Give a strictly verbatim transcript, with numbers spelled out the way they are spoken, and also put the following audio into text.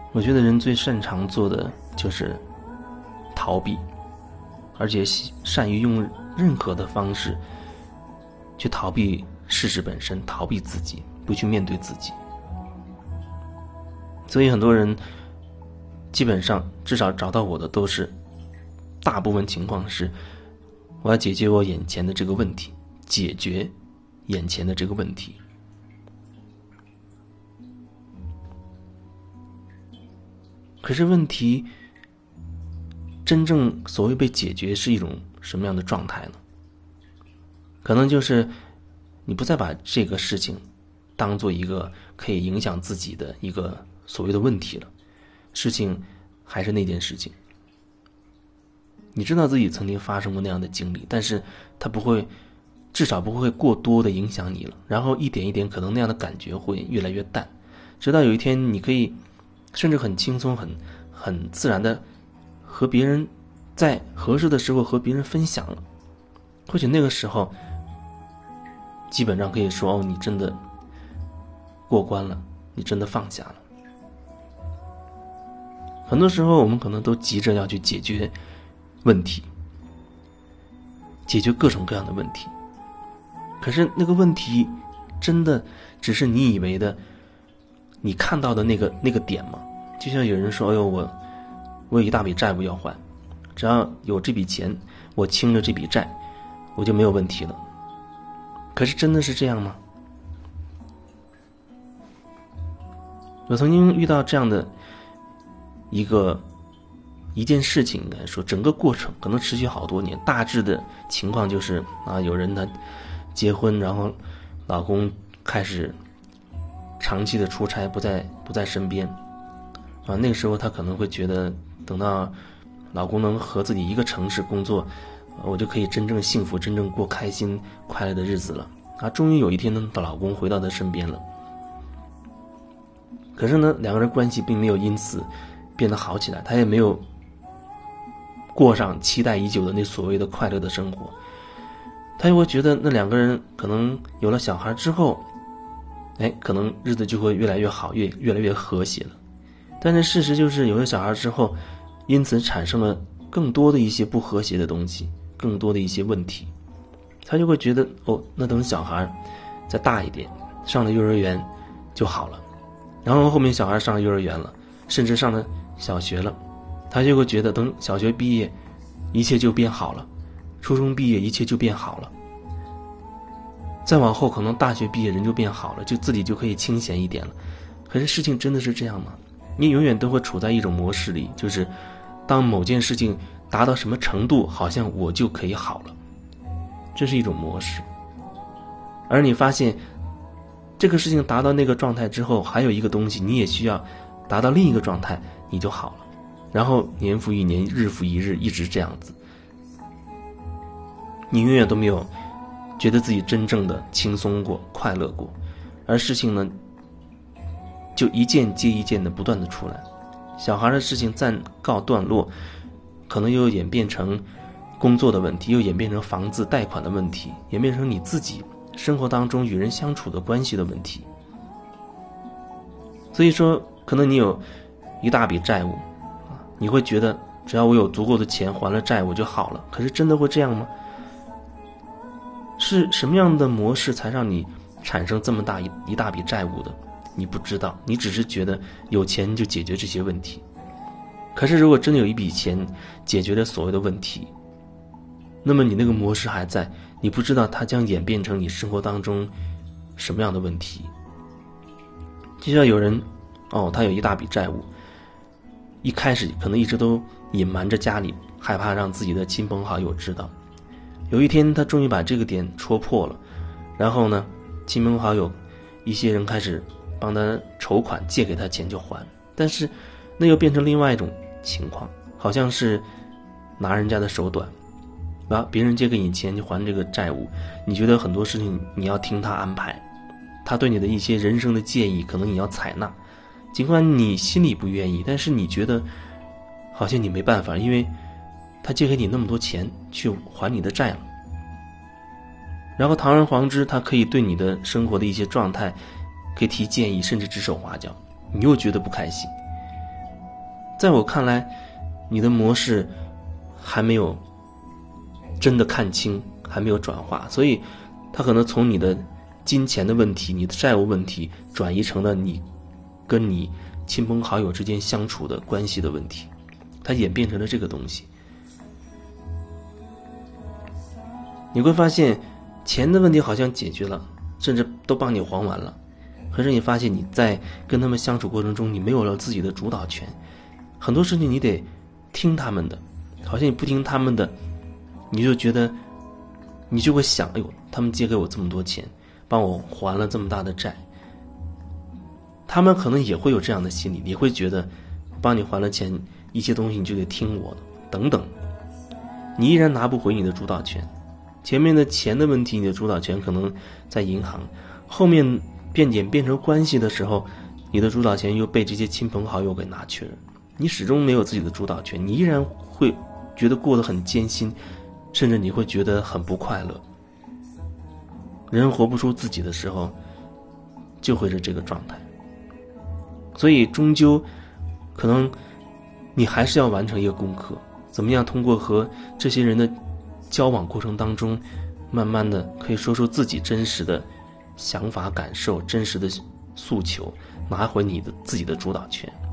我觉得人最擅长做的就是逃避，而且善于用任何的方式去逃避事实本身，逃避自己，不去面对自己。所以很多人基本上至少找到我的都是，大部分情况是我要解决我眼前的这个问题，解决眼前的这个问题。可是问题真正所谓被解决是一种什么样的状态呢？可能就是你不再把这个事情当做一个可以影响自己的一个所谓的问题了，事情还是那件事情。你知道自己曾经发生过那样的经历，但是它不会，至少不会过多的影响你了，然后一点一点可能那样的感觉会越来越淡，直到有一天你可以甚至很轻松很很自然的和别人在合适的时候和别人分享了，或许那个时候基本上可以说，哦，你真的过关了，你真的放下了。很多时候我们可能都急着要去解决问题，解决各种各样的问题，可是那个问题真的只是你以为的你看到的那个那个点吗？就像有人说，哎呦，我我有一大笔债务要还，只要有这笔钱，我清了这笔债，我就没有问题了。可是真的是这样吗？我曾经遇到这样的一个一件事情，应该说整个过程可能持续好多年，大致的情况就是啊，有人他结婚，然后老公开始长期的出差，不在不在身边啊，那个时候她可能会觉得，等到老公能和自己一个城市工作，我就可以真正幸福，真正过开心快乐的日子了啊！终于有一天呢，她老公回到她身边了。可是呢，两个人关系并没有因此变得好起来，她也没有过上期待已久的那所谓的快乐的生活。她又会觉得那两个人可能有了小孩之后，哎，可能日子就会越来越好，越越来越和谐了。但是事实就是有了小孩之后，因此产生了更多的一些不和谐的东西，更多的一些问题。他就会觉得，哦，那等小孩再大一点，上了幼儿园就好了。然后后面小孩上了幼儿园了，甚至上了小学了，他就会觉得等小学毕业一切就变好了，初中毕业一切就变好了，再往后可能大学毕业人就变好了，就自己就可以清闲一点了。可是事情真的是这样吗？你永远都会处在一种模式里，就是当某件事情达到什么程度，好像我就可以好了，这是一种模式。而你发现这个事情达到那个状态之后，还有一个东西你也需要达到另一个状态，你就好了，然后年复一年，日复一日，一直这样子，你永远都没有觉得自己真正的轻松过，快乐过。而事情呢就一件接一件的不断的出来，小孩的事情暂告段落，可能又演变成工作的问题，又演变成房子贷款的问题，演变成你自己生活当中与人相处的关系的问题。所以说可能你有一大笔债务，你会觉得只要我有足够的钱还了债我就好了，可是真的会这样吗？是什么样的模式才让你产生这么大一一大笔债务的？你不知道，你只是觉得有钱就解决这些问题。可是如果真的有一笔钱解决了所谓的问题，那么你那个模式还在，你不知道它将演变成你生活当中什么样的问题。就像有人哦，他有一大笔债务，一开始可能一直都隐瞒着家里，害怕让自己的亲朋好友知道。有一天他终于把这个点戳破了，然后呢，亲朋好友一些人开始帮他筹款，借给他钱就还。但是那又变成另外一种情况，好像是拿人家的手短啊，别人借给你钱就还这个债务，你觉得很多事情你要听他安排，他对你的一些人生的建议可能你要采纳，尽管你心里不愿意，但是你觉得好像你没办法，因为他借给你那么多钱去还你的债了。然后堂而皇之他可以对你的生活的一些状态可以提建议，甚至指手画脚，你又觉得不开心。 在我看来，你的模式还没有真的看清，还没有转化，所以他可能从你的金钱的问题、你的债务问题，转移成了你跟你亲朋好友之间相处的关系的问题，它演变成了这个东西。你会发现钱的问题好像解决了，甚至都帮你还完了，可是你发现你在跟他们相处过程中，你没有了自己的主导权，很多事情你得听他们的，好像你不听他们的，你就觉得你就会想，哎呦，他们借给我这么多钱，帮我还了这么大的债，他们可能也会有这样的心理，你会觉得帮你还了钱，一些东西你就得听我的等等，你依然拿不回你的主导权。前面的钱的问题，你的主导权可能在银行，后面变演变成关系的时候，你的主导权又被这些亲朋好友给拿去了，你始终没有自己的主导权，你依然会觉得过得很艰辛，甚至你会觉得很不快乐。人活不出自己的时候，就会是这个状态。所以终究可能你还是要完成一个功课，怎么样通过和这些人的交往过程当中，慢慢的可以说出自己真实的想法感受，真实的诉求，拿回你的自己的主导权。